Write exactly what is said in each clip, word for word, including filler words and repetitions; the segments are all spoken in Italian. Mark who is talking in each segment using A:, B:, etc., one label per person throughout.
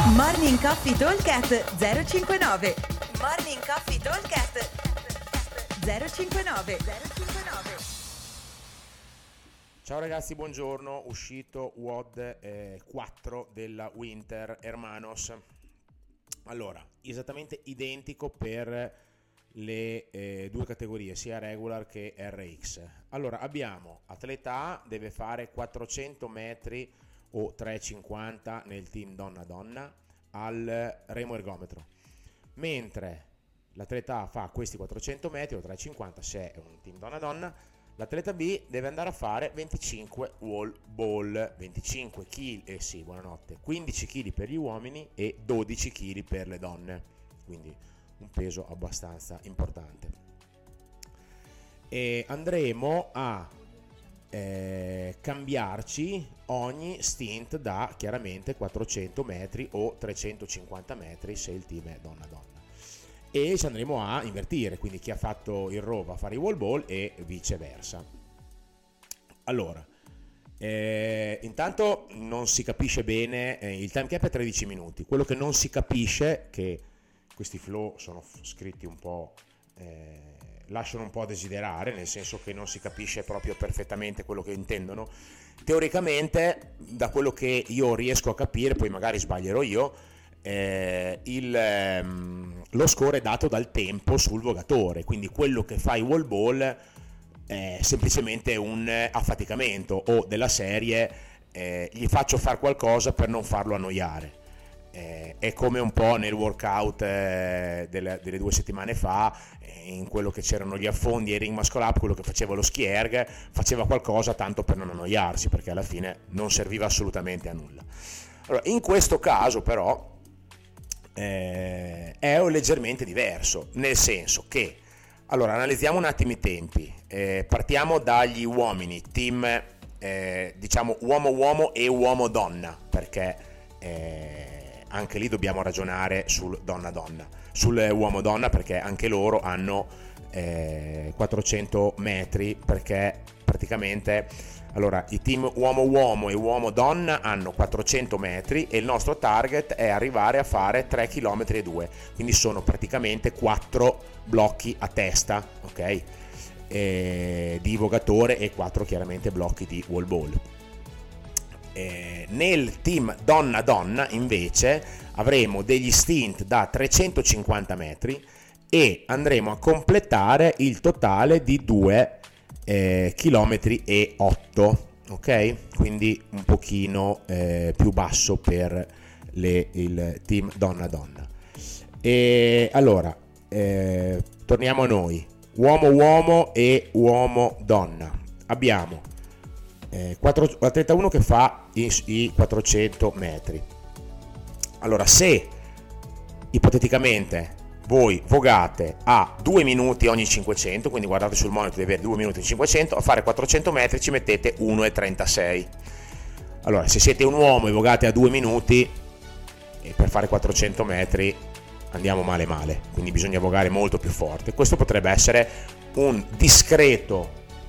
A: Morning Coffee Talkcast zero cinquantanove. Morning Coffee Talkcast zero cinquantanove.
B: Ciao ragazzi, buongiorno. Uscito W O D eh, quattro della Winter Hermanos. Allora, esattamente identico per le eh, due categorie, sia regular che R X. Allora, abbiamo atleta A, deve fare quattrocento metri o tre virgola cinquanta nel team donna-donna al remo ergometro, mentre l'atleta A fa questi quattrocento metri o tre virgola cinquanta se è un team donna-donna. L'atleta B deve andare a fare venticinque wall ball, venticinque chili, eh sì, buonanotte, quindici chili per gli uomini e dodici chili per le donne, quindi un peso abbastanza importante. E andremo a eh, cambiarci ogni stint da chiaramente quattrocento metri o trecentocinquanta metri se il team è donna-donna. E ci andremo a invertire, quindi chi ha fatto il row va a fare i wall ball e viceversa. Allora, eh, intanto non si capisce bene, eh, il time cap è tredici minuti, quello che non si capisce, che questi flow sono f- scritti un po', eh, lasciano un po' a desiderare, nel senso che non si capisce proprio perfettamente quello che intendono. Teoricamente, da quello che io riesco a capire, poi magari sbaglierò io, Eh, il, ehm, lo score è dato dal tempo sul vogatore, quindi quello che fa i wall ball è semplicemente un affaticamento, o della serie eh, gli faccio fare qualcosa per non farlo annoiare. Eh, è come un po' nel workout eh, delle, delle due settimane fa, eh, in quello che c'erano gli affondi e i ring muscle up, quello che faceva lo skierg faceva qualcosa tanto per non annoiarsi, perché alla fine non serviva assolutamente a nulla. Allora, in questo caso però Eh, è leggermente diverso, nel senso che, allora, analizziamo un attimo i tempi. Eh, partiamo dagli uomini, team eh, diciamo uomo-uomo e uomo-donna, perché eh, anche lì dobbiamo ragionare sul donna-donna, sul uomo-donna, perché anche loro hanno eh, quattrocento metri, perché praticamente, allora, i team uomo-uomo e uomo-donna hanno quattrocento metri e il nostro target è arrivare a fare tre virgola due chilometri, quindi sono praticamente quattro blocchi a testa, ok? E di vogatore e quattro chiaramente blocchi di wall ball. E nel team donna-donna invece avremo degli stint da trecentocinquanta metri e andremo a completare il totale di due Eh, chilometri e otto, ok? Quindi un pochino eh, più basso per le, il team donna-donna. E allora eh, torniamo a noi, uomo-uomo e uomo-donna. Abbiamo eh, quattro, atleta uno che fa i, i quattrocento metri. Allora, se ipoteticamente voi vogate a due minuti ogni cinquecento, quindi guardate sul monitor di avere due minuti e cinquecento, a fare quattrocento metri ci mettete uno virgola trentasei. Allora, se siete un uomo e vogate a due minuti, e per fare quattrocento metri andiamo male male, quindi bisogna vogare molto più forte. Questo potrebbe essere un discreto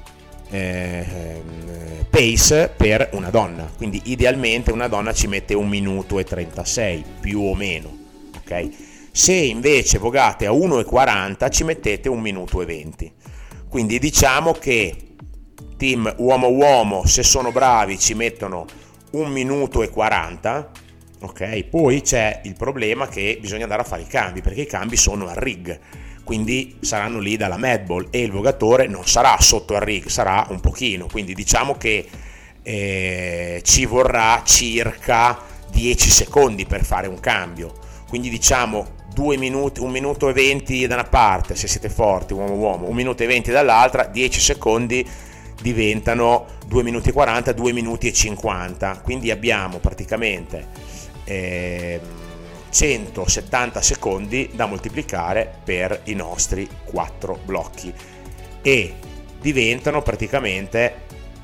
B: eh, pace per una donna, quindi idealmente una donna ci mette un minuto e trentasei più o meno, ok? Se invece vogate a uno virgola quaranta ci mettete un minuto e venti. Quindi diciamo che team uomo-uomo, se sono bravi, ci mettono un minuto e quaranta, ok? Poi c'è il problema che bisogna andare a fare i cambi, perché i cambi sono al rig, quindi saranno lì dalla medball e il vogatore non sarà sotto al rig, sarà un pochino, quindi diciamo che eh, ci vorrà circa dieci secondi per fare un cambio. Quindi diciamo due minuti, un minuto e venti da una parte se siete forti uomo-uomo, un minuto e venti dall'altra, dieci secondi diventano due minuti e quaranta, due minuti e cinquanta, quindi abbiamo praticamente eh, centosettanta secondi da moltiplicare per i nostri quattro blocchi e diventano praticamente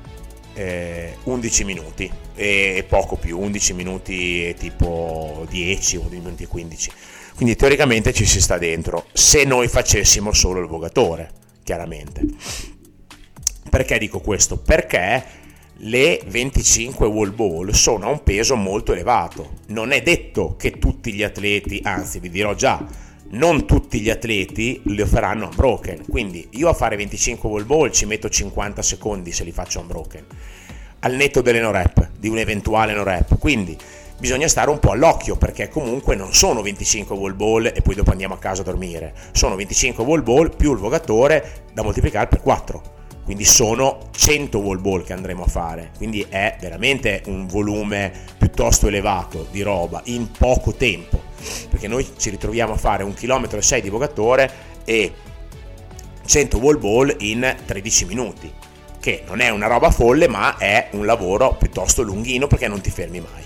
B: eh, undici minuti e poco più, undici minuti e tipo dieci o minuti e quindici. Quindi teoricamente ci si sta dentro, se noi facessimo solo il vogatore, chiaramente. Perché dico questo? Perché le venticinque wall ball sono a un peso molto elevato. Non è detto che tutti gli atleti, anzi vi dirò già, non tutti gli atleti le faranno unbroken. Quindi io a fare venticinque wall ball ci metto cinquanta secondi se li faccio unbroken, al netto delle no rep, di un eventuale no rep. Quindi bisogna stare un po' all'occhio, perché comunque non sono venticinque wall ball e poi dopo andiamo a casa a dormire. Sono venticinque wall ball più il vogatore da moltiplicare per quattro. Quindi sono cento wall ball che andremo a fare, quindi è veramente un volume piuttosto elevato di roba in poco tempo, perché noi ci ritroviamo a fare un chilometro e sei di vogatore e cento wall ball in tredici minuti, che non è una roba folle, ma è un lavoro piuttosto lunghino perché non ti fermi mai.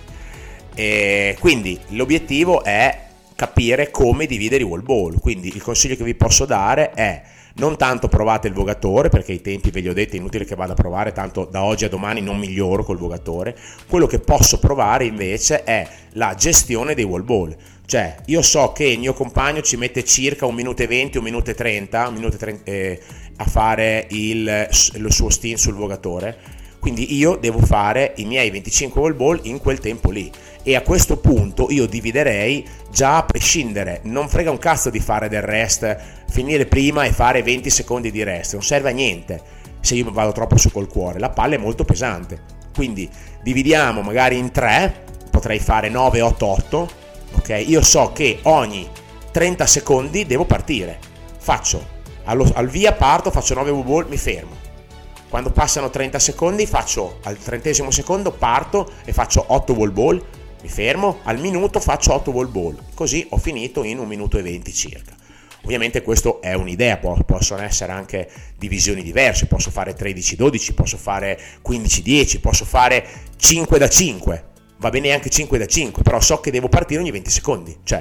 B: E quindi l'obiettivo è capire come dividere i wall ball. Quindi il consiglio che vi posso dare è: non tanto provate il vogatore, perché i tempi ve li ho detti, è inutile che vada a provare, tanto da oggi a domani non miglioro col vogatore. Quello che posso provare invece è la gestione dei wall ball. Cioè, io so che il mio compagno ci mette circa un minuto e venti, un minuto e trenta, un minuto e trenta eh, a fare il, il suo stint sul vogatore, quindi io devo fare i miei venticinque wall ball in quel tempo lì. E a questo punto io dividerei già a prescindere, non frega un cazzo di fare del rest, finire prima e fare venti secondi di rest, non serve a niente se io vado troppo su col cuore, la palla è molto pesante. Quindi dividiamo magari in tre, potrei fare nove otto otto, ok? Io so che ogni trenta secondi devo partire, faccio allo, al via parto, faccio nove wall ball, mi fermo. Quando passano trenta secondi faccio al trentesimo secondo parto e faccio otto wall ball, mi fermo, al minuto faccio otto wall ball, così ho finito in un minuto e venti circa. Ovviamente questo è un'idea, possono essere anche divisioni diverse, posso fare tredici dodici, posso fare quindici dieci, posso fare cinque da cinque, va bene anche cinque da cinque, però so che devo partire ogni venti secondi, cioè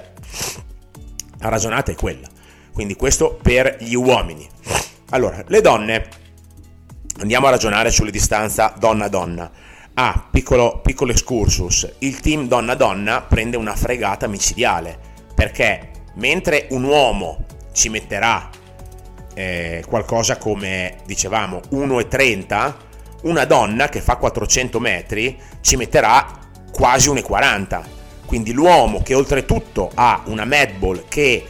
B: la ragionata è quella. Quindi questo per gli uomini. Allora, le donne, andiamo a ragionare sulle distanze donna-donna. Ah, piccolo, piccolo excursus, il team donna-donna prende una fregata micidiale, perché mentre un uomo ci metterà eh, qualcosa come, dicevamo, uno e trenta, una donna che fa quattrocento metri ci metterà quasi uno e quaranta. Quindi l'uomo, che oltretutto ha una medball che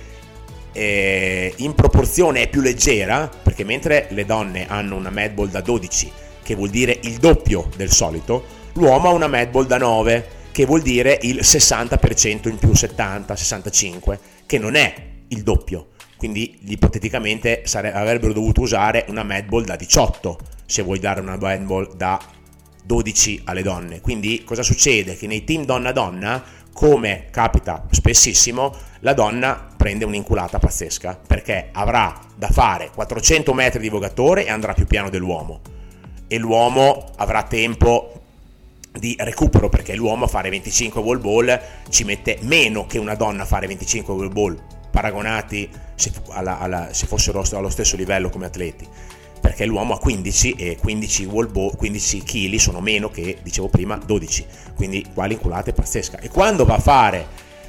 B: eh, in proporzione è più leggera, perché mentre le donne hanno una medball da dodici, che vuol dire il doppio del solito, l'uomo ha una medball da nove, che vuol dire il sessanta per cento in più, settanta sessantacinque, che non è il doppio. Quindi ipoteticamente sare- avrebbero dovuto usare una medball da diciotto se vuoi dare una medball da dodici alle donne. Quindi cosa succede? Che nei team donna-donna, come capita spessissimo, la donna prende un'inculata pazzesca, perché avrà da fare quattrocento metri di vogatore e andrà più piano dell'uomo, e l'uomo avrà tempo di recupero, perché l'uomo a fare venticinque wall ball ci mette meno che una donna a fare venticinque wall ball, paragonati se, alla, alla, se fossero allo stesso livello come atleti, perché l'uomo ha quindici e quindici wall ball, quindici chili sono meno che, dicevo prima, dodici, quindi qua l'inculata è pazzesca. E quando va a fare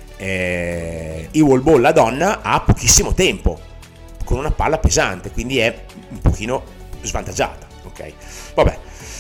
B: eh, i wall ball la donna ha pochissimo tempo con una palla pesante, quindi è un pochino svantaggiata, ok? Vabbè.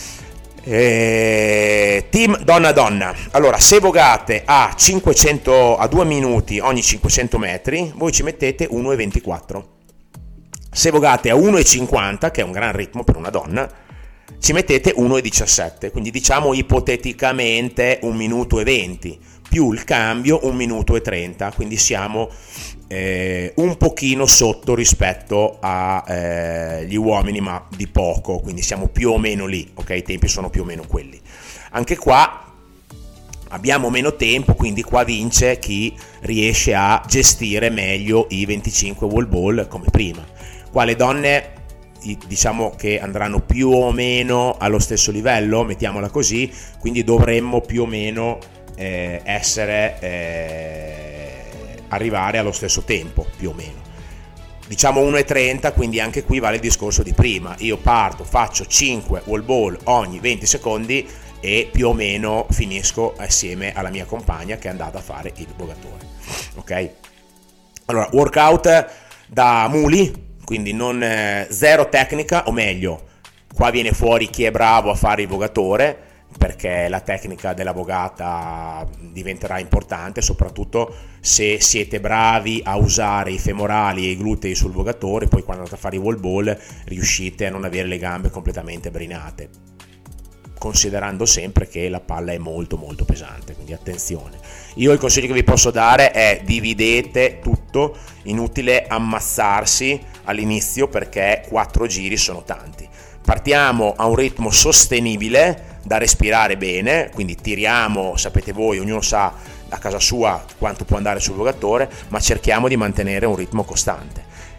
B: Eh, team donna-donna. Allora, se vogate a cinquecento, a due minuti ogni cinquecento metri, voi ci mettete uno e ventiquattro. Se vogate a uno e cinquanta, che è un gran ritmo per una donna, ci mettete uno e diciassette, quindi diciamo ipoteticamente un minuto e venti, più il cambio un minuto e trenta, quindi siamo eh, un pochino sotto rispetto agli eh, uomini, ma di poco, quindi siamo più o meno lì, ok? I tempi sono più o meno quelli. Anche qua abbiamo meno tempo, quindi qua vince chi riesce a gestire meglio i venticinque wall ball come prima. Qua le donne diciamo che andranno più o meno allo stesso livello, mettiamola così, quindi dovremmo più o meno eh, essere eh, arrivare allo stesso tempo, più o meno. Diciamo uno e trenta, quindi anche qui vale il discorso di prima. Io parto, faccio cinque wall ball ogni venti secondi e più o meno finisco assieme alla mia compagna che è andata a fare il vogatore. Ok? Allora, workout da muli, quindi non eh, zero tecnica, o meglio Qua viene fuori chi è bravo a fare il vogatore, perché la tecnica della vogata diventerà importante, soprattutto se siete bravi a usare i femorali e i glutei sul vogatore. Poi quando andate a fare i wall ball riuscite a non avere le gambe completamente brinate, considerando sempre che la palla è molto molto pesante, quindi attenzione. Io il consiglio che vi posso dare è: dividete tutto, inutile ammazzarsi all'inizio perché quattro giri sono tanti. Partiamo a un ritmo sostenibile, da respirare bene, quindi tiriamo, sapete voi, ognuno sa a casa sua quanto può andare sul vogatore, ma cerchiamo di mantenere un ritmo costante.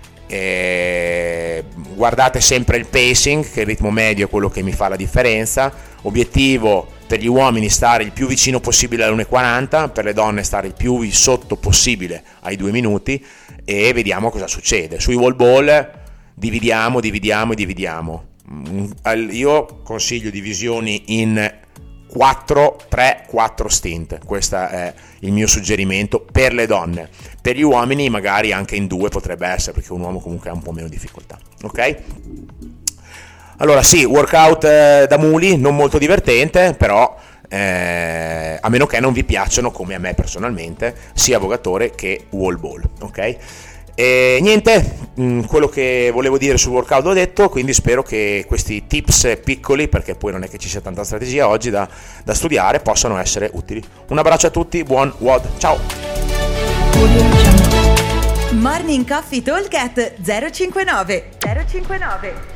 B: E guardate sempre il pacing, che il ritmo medio è quello che mi fa la differenza. Obiettivo per gli uomini stare il più vicino possibile all'uno e quaranta, per le donne stare il più sotto possibile ai due minuti, e vediamo cosa succede. Sui wall ball dividiamo, dividiamo e dividiamo. Io consiglio divisioni in quattro, tre, quattro stint. Questo è il mio suggerimento per le donne. Per gli uomini magari anche in due potrebbe essere, perché un uomo comunque ha un po' meno difficoltà. Ok? Allora sì, workout eh, da muli, non molto divertente, però eh, a meno che non vi piacciono, come a me personalmente, sia vogatore che wall ball. Ok? E niente, quello che volevo dire sul workout l'ho detto, quindi spero che questi tips piccoli, perché poi non è che ci sia tanta strategia oggi da, da studiare, possano essere utili. Un abbraccio a tutti, buon W O D, ciao!
A: Morning Coffee Talk at zero cinquantanove zero cinquantanove